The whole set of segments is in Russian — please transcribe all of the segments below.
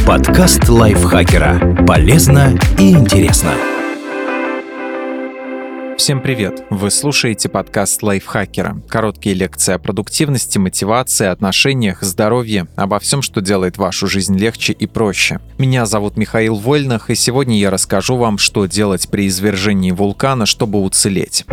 Подкаст лайфхакера. Полезно и интересно. Всем привет! Вы слушаете подкаст лайфхакера. Короткие лекции о продуктивности, мотивации, отношениях, здоровье, обо всем, что делает вашу жизнь легче и проще. Меня зовут Михаил Вольных, и сегодня я расскажу вам, что делать при извержении вулкана, чтобы уцелеть.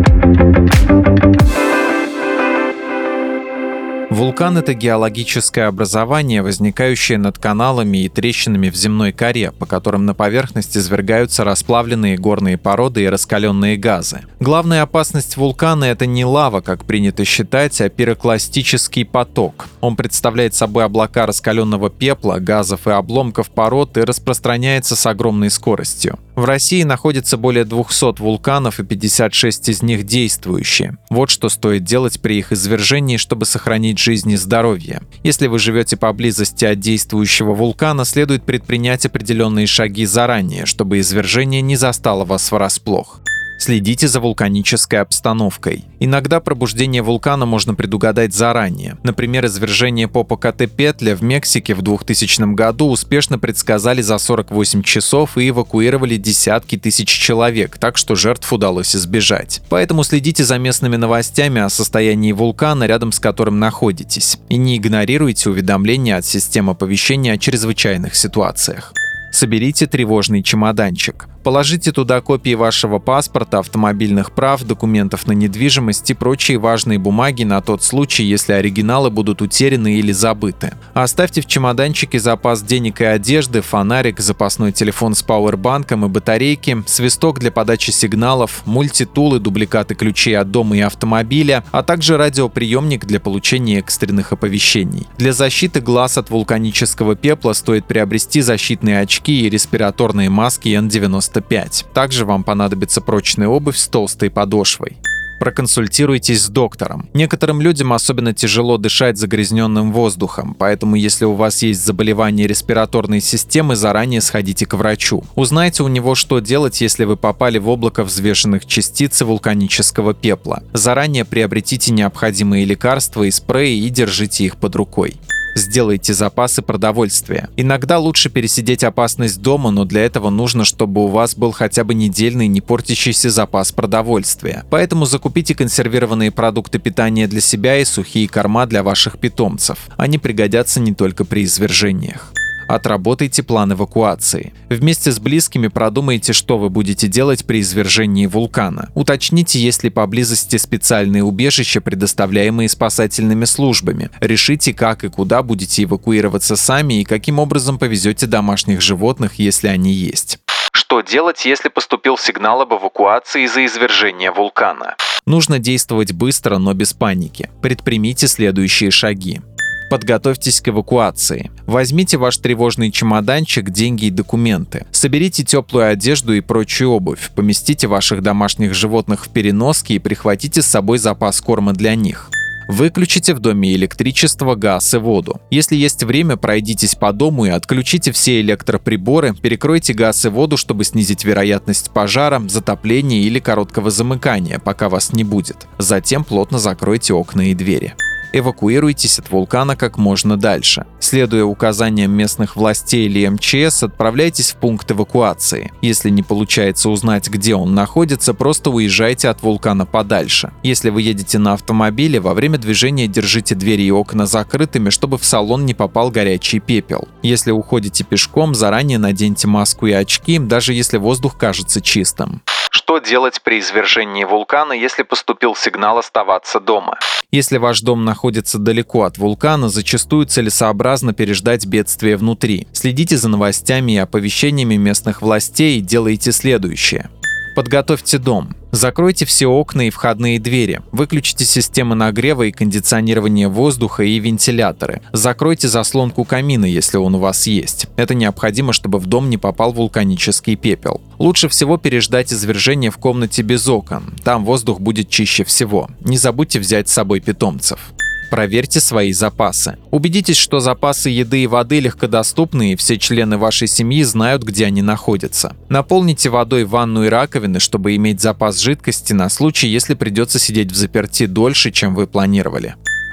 Вулкан — это геологическое образование, возникающее над каналами и трещинами в земной коре, по которым на поверхность извергаются расплавленные горные породы и раскаленные газы. Главная опасность вулкана — это не лава, как принято считать, а пирокластический поток. Он представляет собой облака раскаленного пепла, газов и обломков пород и распространяется с огромной скоростью. В России находится более 200 вулканов, и 56 из них действующие. Вот что стоит делать при их извержении, чтобы сохранить жизнь и здоровье. Если вы живете поблизости от действующего вулкана, следует предпринять определенные шаги заранее, чтобы извержение не застало вас врасплох. Следите за вулканической обстановкой. Иногда пробуждение вулкана можно предугадать заранее. Например, извержение Попокатепетля в Мексике в 2000 году успешно предсказали за 48 часов и эвакуировали десятки тысяч человек, так что жертв удалось избежать. Поэтому следите за местными новостями о состоянии вулкана, рядом с которым находитесь, и не игнорируйте уведомления от систем оповещения о чрезвычайных ситуациях. Соберите тревожный чемоданчик. Положите туда копии вашего паспорта, автомобильных прав, документов на недвижимость и прочие важные бумаги на тот случай, если оригиналы будут утеряны или забыты. Оставьте в чемоданчике запас денег и одежды, фонарик, запасной телефон с пауэрбанком и батарейки, свисток для подачи сигналов, мультитулы, дубликаты ключей от дома и автомобиля, а также радиоприемник для получения экстренных оповещений. Для защиты глаз от вулканического пепла стоит приобрести защитные очки и респираторные маски N95. Также вам понадобится прочная обувь с толстой подошвой. Проконсультируйтесь с доктором. Некоторым людям особенно тяжело дышать загрязненным воздухом, поэтому если у вас есть заболевание респираторной системы, заранее сходите к врачу. Узнайте у него, что делать, если вы попали в облако взвешенных частиц вулканического пепла. Заранее приобретите необходимые лекарства и спреи и держите их под рукой. Сделайте запасы продовольствия. Иногда лучше пересидеть опасность дома, но для этого нужно, чтобы у вас был хотя бы недельный не портящийся запас продовольствия. Поэтому закупите консервированные продукты питания для себя и сухие корма для ваших питомцев. Они пригодятся не только при извержениях. Отработайте план эвакуации. Вместе с близкими продумайте, что вы будете делать при извержении вулкана. Уточните, есть ли поблизости специальные убежища, предоставляемые спасательными службами. Решите, как и куда будете эвакуироваться сами и каким образом повезете домашних животных, если они есть. Что делать, если поступил сигнал об эвакуации из-за извержения вулкана? Нужно действовать быстро, но без паники. Предпримите следующие шаги. Подготовьтесь к эвакуации. Возьмите ваш тревожный чемоданчик, деньги и документы. Соберите теплую одежду и прочую обувь. Поместите ваших домашних животных в переноски и прихватите с собой запас корма для них. Выключите в доме электричество, газ и воду. Если есть время, пройдитесь по дому и отключите все электроприборы, перекройте газ и воду, чтобы снизить вероятность пожара, затопления или короткого замыкания, пока вас не будет. Затем плотно закройте окна и двери. Эвакуируйтесь от вулкана как можно дальше. Следуя указаниям местных властей или МЧС, отправляйтесь в пункт эвакуации. Если не получается узнать, где он находится, просто уезжайте от вулкана подальше. Если вы едете на автомобиле, во время движения держите двери и окна закрытыми, чтобы в салон не попал горячий пепел. Если уходите пешком, заранее наденьте маску и очки, даже если воздух кажется чистым. Что делать при извержении вулкана, если поступил сигнал оставаться дома? Если ваш дом находится далеко от вулкана, зачастую целесообразно переждать бедствие внутри. Следите за новостями и оповещениями местных властей и делайте следующее. Подготовьте дом. Закройте все окна и входные двери. Выключите системы нагрева и кондиционирования воздуха и вентиляторы. Закройте заслонку камина, если он у вас есть. Это необходимо, чтобы в дом не попал вулканический пепел. Лучше всего переждать извержение в комнате без окон. Там воздух будет чище всего. Не забудьте взять с собой питомцев. Проверьте свои запасы. Убедитесь, что запасы еды и воды легкодоступны, и все члены вашей семьи знают, где они находятся. Наполните водой ванну и раковины, чтобы иметь запас жидкости на случай, если придется сидеть взаперти дольше, чем вы планировали.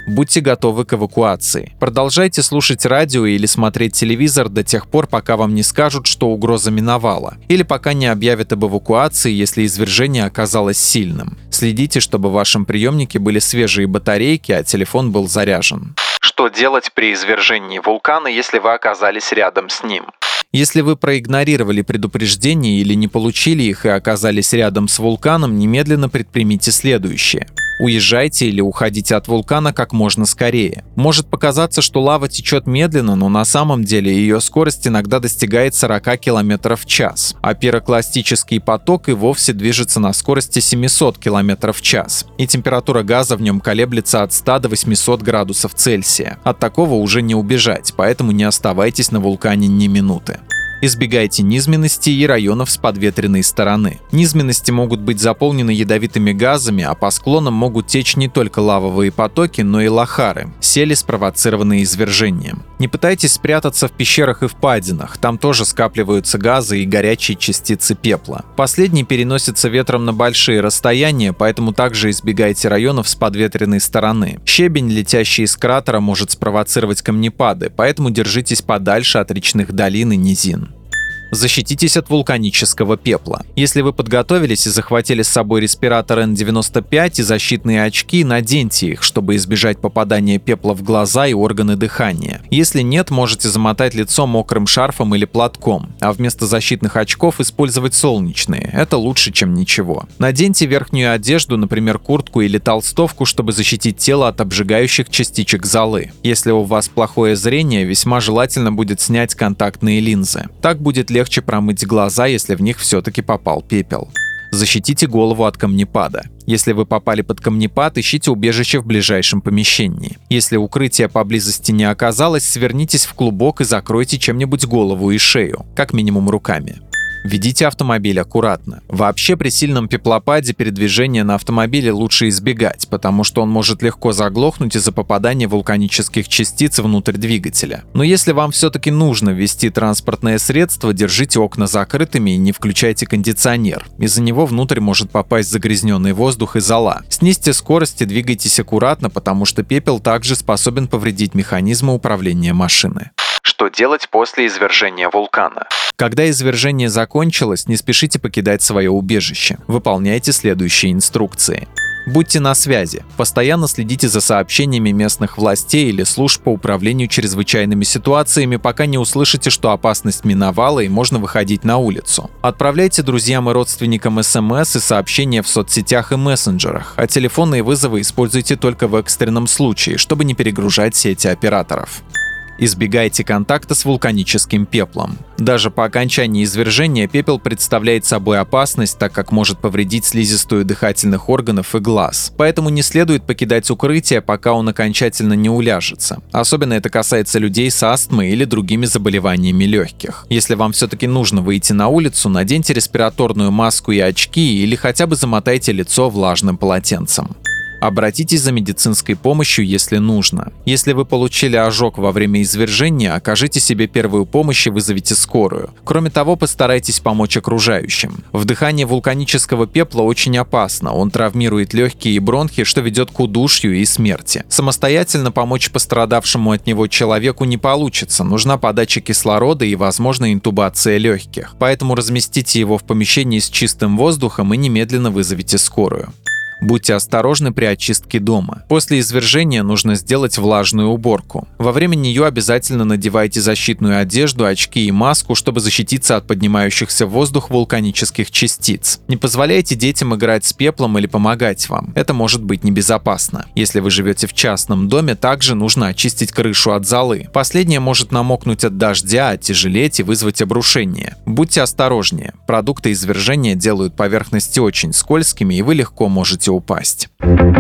Будьте готовы к эвакуации. Продолжайте слушать радио или смотреть телевизор до тех пор, пока вам не скажут, что угроза миновала, или пока не объявят об эвакуации, если извержение оказалось сильным. Следите, чтобы в вашем приемнике были свежие батарейки, а телефон был заряжен. Что делать при извержении вулкана, если вы оказались рядом с ним? Если вы проигнорировали предупреждения или не получили их и оказались рядом с вулканом, немедленно предпримите следующее. Уезжайте или уходите от вулкана как можно скорее. Может показаться, что лава течет медленно, но на самом деле ее скорость иногда достигает 40 км в час, а пирокластический поток и вовсе движется на скорости 700 км в час, и температура газа в нем колеблется от 100 до 800 градусов Цельсия. От такого уже не убежать, поэтому не оставайтесь на вулкане ни минуты. Избегайте низменностей и районов с подветренной стороны. Низменности могут быть заполнены ядовитыми газами, а по склонам могут течь не только лавовые потоки, но и лохары, сели, спровоцированные извержением. Не пытайтесь спрятаться в пещерах и впадинах, там тоже скапливаются газы и горячие частицы пепла. Последние переносятся ветром на большие расстояния, поэтому также избегайте районов с подветренной стороны. Щебень, летящий из кратера, может спровоцировать камнепады, поэтому держитесь подальше от речных долин и низин. Защититесь от вулканического пепла. Если вы подготовились и захватили с собой респиратор N95 и защитные очки, наденьте их, чтобы избежать попадания пепла в глаза и органы дыхания. Если нет, можете замотать лицо мокрым шарфом или платком, а вместо защитных очков использовать солнечные. Это лучше, чем ничего. Наденьте верхнюю одежду, например, куртку или толстовку, чтобы защитить тело от обжигающих частичек золы. Если у вас плохое зрение, весьма желательно будет снять контактные линзы. Так будет легче промыть глаза, если в них все-таки попал пепел. Защитите голову от камнепада. Если вы попали под камнепад, ищите убежище в ближайшем помещении. Если укрытия поблизости не оказалось, свернитесь в клубок и закройте чем-нибудь голову и шею, как минимум руками. Ведите автомобиль аккуратно. Вообще при сильном пеплопаде передвижение на автомобиле лучше избегать, потому что он может легко заглохнуть из-за попадания вулканических частиц внутрь двигателя. Но если вам все-таки нужно вести транспортное средство, держите окна закрытыми и не включайте кондиционер. Из-за него внутрь может попасть загрязненный воздух и зола. Снизьте скорость и двигайтесь аккуратно, потому что пепел также способен повредить механизмы управления машины. Что делать после извержения вулкана? Когда извержение закончилось, не спешите покидать свое убежище. Выполняйте следующие инструкции. Будьте на связи. Постоянно следите за сообщениями местных властей или служб по управлению чрезвычайными ситуациями, пока не услышите, что опасность миновала и можно выходить на улицу. Отправляйте друзьям и родственникам СМС и сообщения в соцсетях и мессенджерах, а телефонные вызовы используйте только в экстренном случае, чтобы не перегружать сети операторов. Избегайте контакта с вулканическим пеплом. Даже по окончании извержения пепел представляет собой опасность, так как может повредить слизистую дыхательных органов и глаз. Поэтому не следует покидать укрытие, пока он окончательно не уляжется. Особенно это касается людей с астмой или другими заболеваниями легких. Если вам все-таки нужно выйти на улицу, наденьте респираторную маску и очки или хотя бы замотайте лицо влажным полотенцем. Обратитесь за медицинской помощью, если нужно. Если вы получили ожог во время извержения, окажите себе первую помощь и вызовите скорую. Кроме того, постарайтесь помочь окружающим. Вдыхание вулканического пепла очень опасно, он травмирует легкие и бронхи, что ведет к удушью и смерти. Самостоятельно помочь пострадавшему от него человеку не получится, нужна подача кислорода и, возможно, интубация легких. Поэтому разместите его в помещении с чистым воздухом и немедленно вызовите скорую. Будьте осторожны при очистке дома. После извержения нужно сделать влажную уборку. Во время нее обязательно надевайте защитную одежду, очки и маску, чтобы защититься от поднимающихся в воздух вулканических частиц. Не позволяйте детям играть с пеплом или помогать вам. Это может быть небезопасно. Если вы живете в частном доме, также нужно очистить крышу от золы. Последняя может намокнуть от дождя, оттяжелеть и вызвать обрушение. Будьте осторожнее. Продукты извержения делают поверхности очень скользкими, и вы легко можете упасть.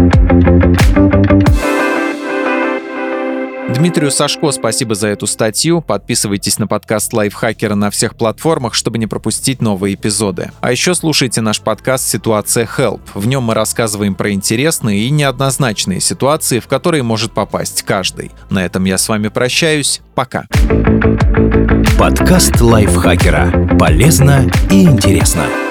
Дмитрию Сашко спасибо за эту статью. Подписывайтесь на подкаст Лайфхакера на всех платформах, чтобы не пропустить новые эпизоды. А еще слушайте наш подкаст «Ситуация Help». В нем мы рассказываем про интересные и неоднозначные ситуации, в которые может попасть каждый. На этом я с вами прощаюсь. Пока. Подкаст Лайфхакера. Полезно и интересно.